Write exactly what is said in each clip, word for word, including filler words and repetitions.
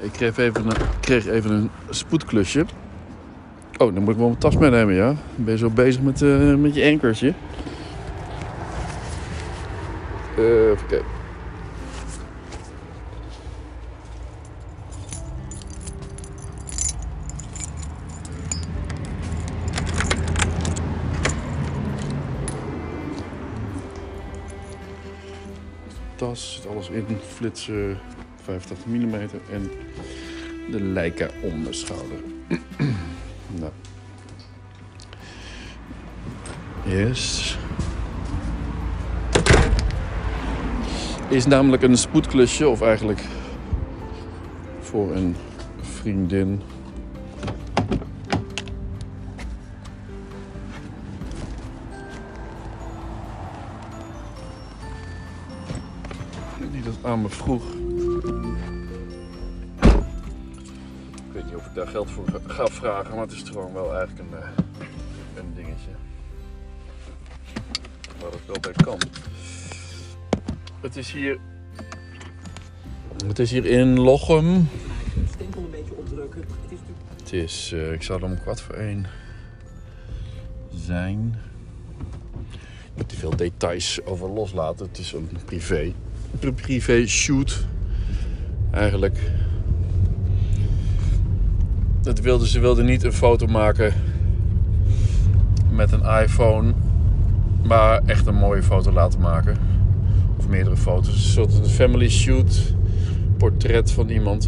Ik kreeg even een, kreeg even een spoedklusje. Oh, dan moet ik wel mijn tas meenemen, ja. Ben je zo bezig met, uh, met je ankertje? Uh, even kijken. Tas, zit alles in, flits uh, vijfentachtig millimeter en de Leica om mijn schouder. Nou. Yes. Is namelijk een spoedklusje, of eigenlijk voor een vriendin. Die dat aan me vroeg. Ik weet niet of ik daar geld voor ga vragen, maar het is gewoon wel eigenlijk een, een dingetje. Waar het wel bij kan. Het is hier. Het is hier in Lochem. Stempel een beetje opdrukken. Het is natuurlijk... Het is, uh, ik zou er om kwart voor één zijn. Ik moet er veel details over loslaten. Het is een privé. Een privé shoot. Eigenlijk. Dat wilde, ze wilden niet een foto maken met een iPhone, maar echt een mooie foto laten maken. Of meerdere foto's. Een soort family shoot. Portret van iemand.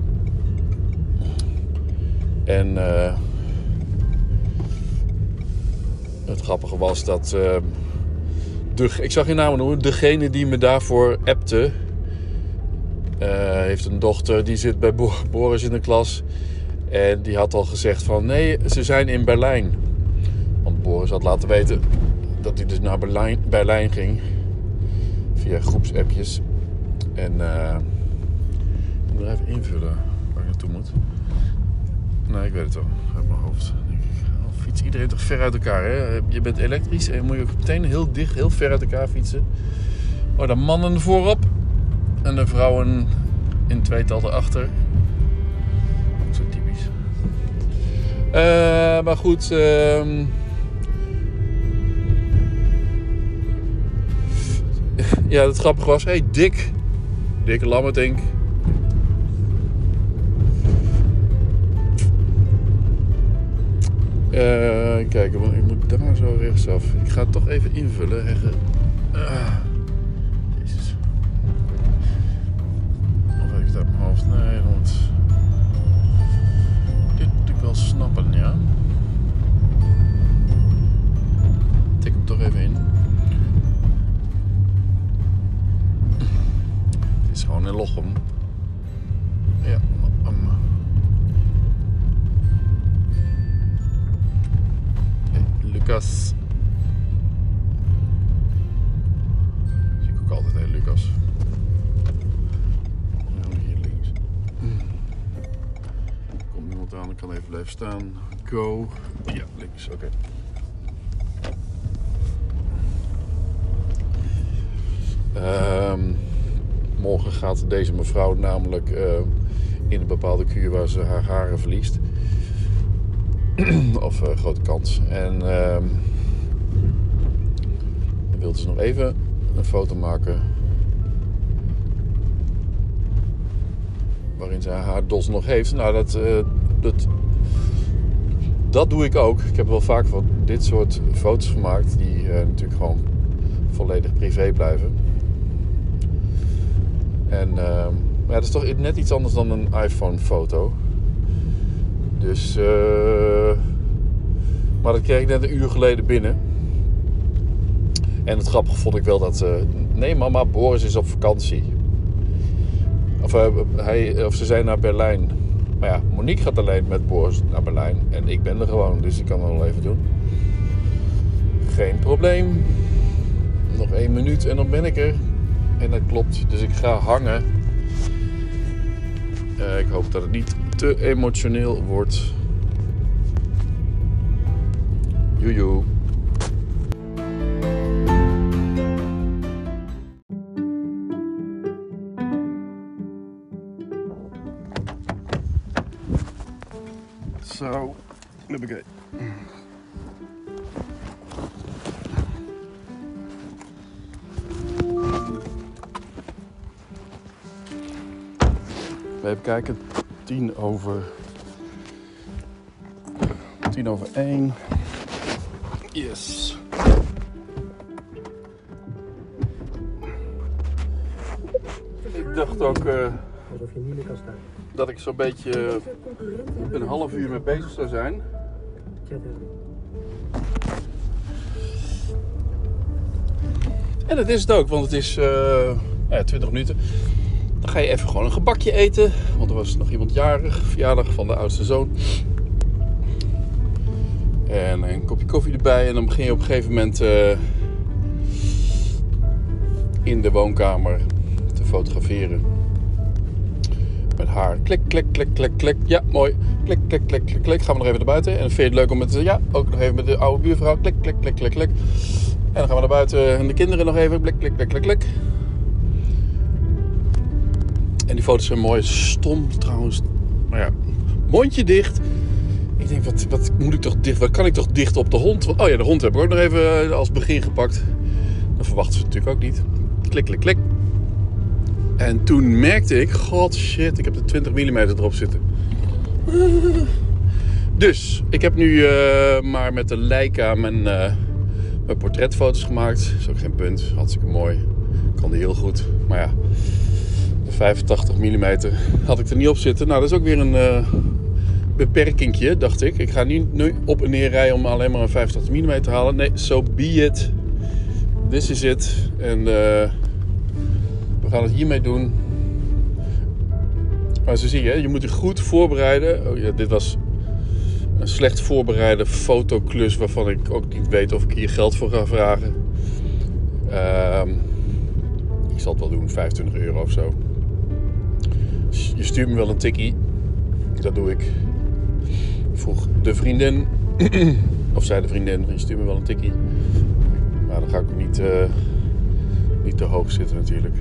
En uh, het grappige was dat uh, de, ik zag je naam noemen, degene die me daarvoor appte, uh, heeft een dochter die zit bij Boris in de klas. En die had al gezegd van nee, ze zijn in Berlijn. Want Boris had laten weten dat hij dus naar Berlijn, Berlijn ging. Via groepsappjes. En uh, ik moet er even invullen waar ik naartoe moet. Nee, ik weet het wel. Uit mijn hoofd. Denk ik. Oh, fiets iedereen toch ver uit elkaar, hè? Je bent elektrisch en moet je ook meteen heel dicht, heel ver uit elkaar fietsen. Oh, dan mannen voorop. En de vrouwen in tweetal erachter. Zo typisch. Uh, maar goed. Uh, ja, het grappige was. Hey, Dick. Dick Lammertink. Uh, kijken, want ik moet daar zo rechtsaf. Ik ga het toch even invullen. Uh, Jezus. Of heb ik het uit mijn hoofd? Nee, dat moet... Dit moet ik wel snappen, ja. Tik hem toch even in. Het is gewoon in Lochem. Ja, um. Lucas. Zie ik ook altijd, hè, Lucas. Hier links. Er komt iemand aan, ik kan even blijven staan. Go. Ja, links, oké. Okay. Um, morgen gaat deze mevrouw namelijk uh, in een bepaalde kuur waar ze haar haren verliest. Of uh, grote kans. En uh, dan wilde ze nog even een foto maken waarin ze haar dos nog heeft. Nou, dat, uh, dat, dat doe ik ook. Ik heb wel vaak van dit soort foto's gemaakt die uh, natuurlijk gewoon volledig privé blijven. En uh, ja, dat is toch net iets anders dan een iPhone-foto. Dus, uh, maar dat kreeg ik net een uur geleden binnen. En het grappige vond ik wel dat, uh, nee mama, Boris is op vakantie. Of, uh, hij, of ze zijn naar Berlijn. Maar ja, Monique gaat alleen met Boris naar Berlijn. En ik ben er gewoon, dus ik kan het wel even doen. Geen probleem. Nog één minuut en dan ben ik er. En dat klopt, dus ik ga hangen. Uh, ik hoop dat het niet te emotioneel wordt. Joejoe. Zo, huppakee. Even kijken, tien over, tien over één. Yes. Ik dacht ook uh, Alsof je niet meer kan staan. dat ik zo'n beetje een half uur mee bezig zou zijn. En dat is het ook, want het is uh, ja, twintig minuten. Dan ga je even gewoon een gebakje eten. Want er was nog iemand jarig, verjaardag van de oudste zoon. En een kopje koffie erbij. En dan begin je op een gegeven moment uh, in de woonkamer te fotograferen. Met haar. Klik, klik, klik, klik, klik. Ja, mooi. Klik, klik, klik, klik, klik. Gaan we nog even naar buiten. En dan vind je het leuk om met... Ja, ook nog even met de oude buurvrouw. Klik, klik, klik, klik, klik. En dan gaan we naar buiten. En de kinderen nog even. Klik, klik, klik, klik, klik. En die foto's zijn mooi. Stom trouwens. Maar ja, mondje dicht. Ik denk, wat, wat moet ik toch dicht? Wat kan ik toch dicht op de hond? Oh ja, de hond heb ik ook nog even als begin gepakt. Dat verwachten ze natuurlijk ook niet. Klik, klik, klik. En toen merkte ik, god shit, ik heb de twintig millimeter erop zitten. Dus, ik heb nu uh, maar met de Leica mijn, uh, mijn portretfoto's gemaakt. Dat is ook geen punt, hartstikke mooi. Kan die heel goed. Maar ja, de vijfentachtig millimeter had ik er niet op zitten. Nou, dat is ook weer een uh, beperkingje, dacht ik. Ik ga nu, nu op en neer rijden om alleen maar een vijfentachtig millimeter te halen. Nee, so be it. This is it. En... Uh, we gaan het hiermee doen. Maar zo zie je, je moet je goed voorbereiden. Oh ja, dit was een slecht voorbereide fotoklus waarvan ik ook niet weet of ik hier geld voor ga vragen. Uh, ik zal het wel doen, vijfentwintig euro of zo. Je stuurt me wel een tikkie. Dat doe ik. Vroeg de vriendin. Of zei de vriendin, je stuurt me wel een tikkie. Maar dan ga ik niet, uh, niet te hoog zitten natuurlijk.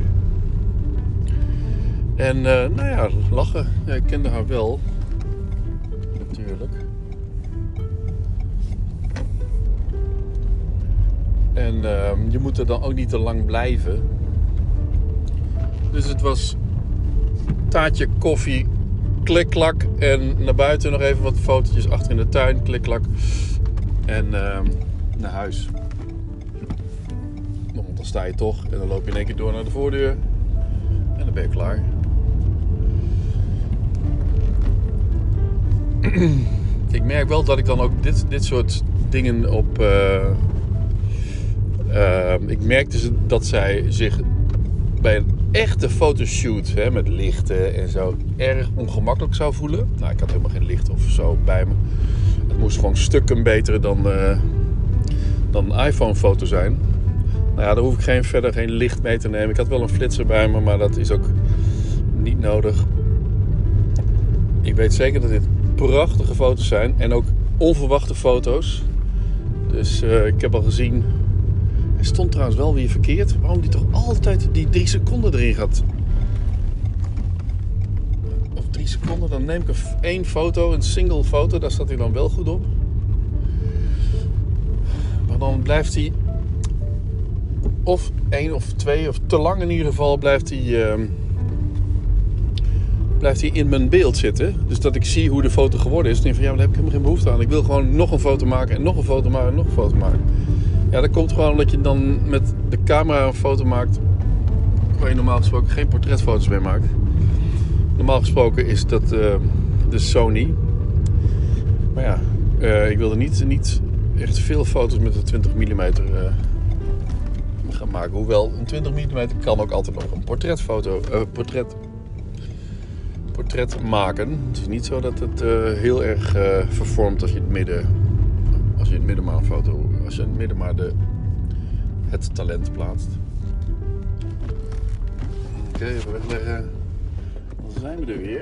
En uh, nou ja, lachen. Ja, ik kende haar wel. Natuurlijk. En uh, je moet er dan ook niet te lang blijven. Dus het was taartje, koffie, klik-klak. En naar buiten nog even wat fotootjes achter in de tuin, klik-klak. En uh, naar huis. Want dan sta je toch en dan loop je in één keer door naar de voordeur. En dan ben je klaar. Ik merk wel dat ik dan ook dit, dit soort dingen op... Uh, uh, ik merk dus dat zij zich bij een echte fotoshoot, hè, met lichten en zo, erg ongemakkelijk zou voelen. Nou, ik had helemaal geen licht of zo bij me. Het moest gewoon stukken beter dan, uh, dan een iPhone-foto zijn. Nou ja, daar hoef ik geen, verder geen licht mee te nemen. Ik had wel een flitser bij me, maar dat is ook niet nodig. Ik weet zeker dat dit prachtige foto's zijn. En ook onverwachte foto's. Dus uh, ik heb al gezien... Hij stond trouwens wel weer verkeerd. Waarom die toch altijd die drie seconden erin gaat? Of drie seconden, dan neem ik één foto, een single foto. Daar staat hij dan wel goed op. Maar dan blijft hij... Of één of twee, of te lang in ieder geval, blijft hij... Uh, blijft hij in mijn beeld zitten. Dus dat ik zie hoe de foto geworden is. Dan denk ik van, ja, maar daar heb ik helemaal geen behoefte aan. Ik wil gewoon nog een foto maken en nog een foto maken en nog een foto maken. Ja, dat komt gewoon omdat je dan met de camera een foto maakt waar je normaal gesproken geen portretfoto's mee maakt. Normaal gesproken is dat uh, de Sony. Maar ja, uh, ik wilde niet, niet echt veel foto's met een twintig millimeter uh, gaan maken. Hoewel een twintig millimeter kan ook altijd nog een portretfoto, uh, portret... portret maken. Het is niet zo dat het uh, heel erg uh, vervormt als je het midden, als je het midden maar een foto, als je in het midden maar de, het talent plaatst. Oké, okay, even wegleggen. Dan zijn we er weer.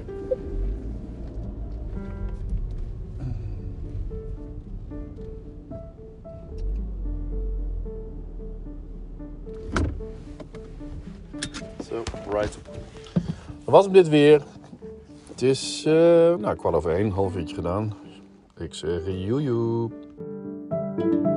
Zo, right. Dan was hem dit weer. Het is uh, nou, kwart over één, half uurtje gedaan. Ik zeg joejoe.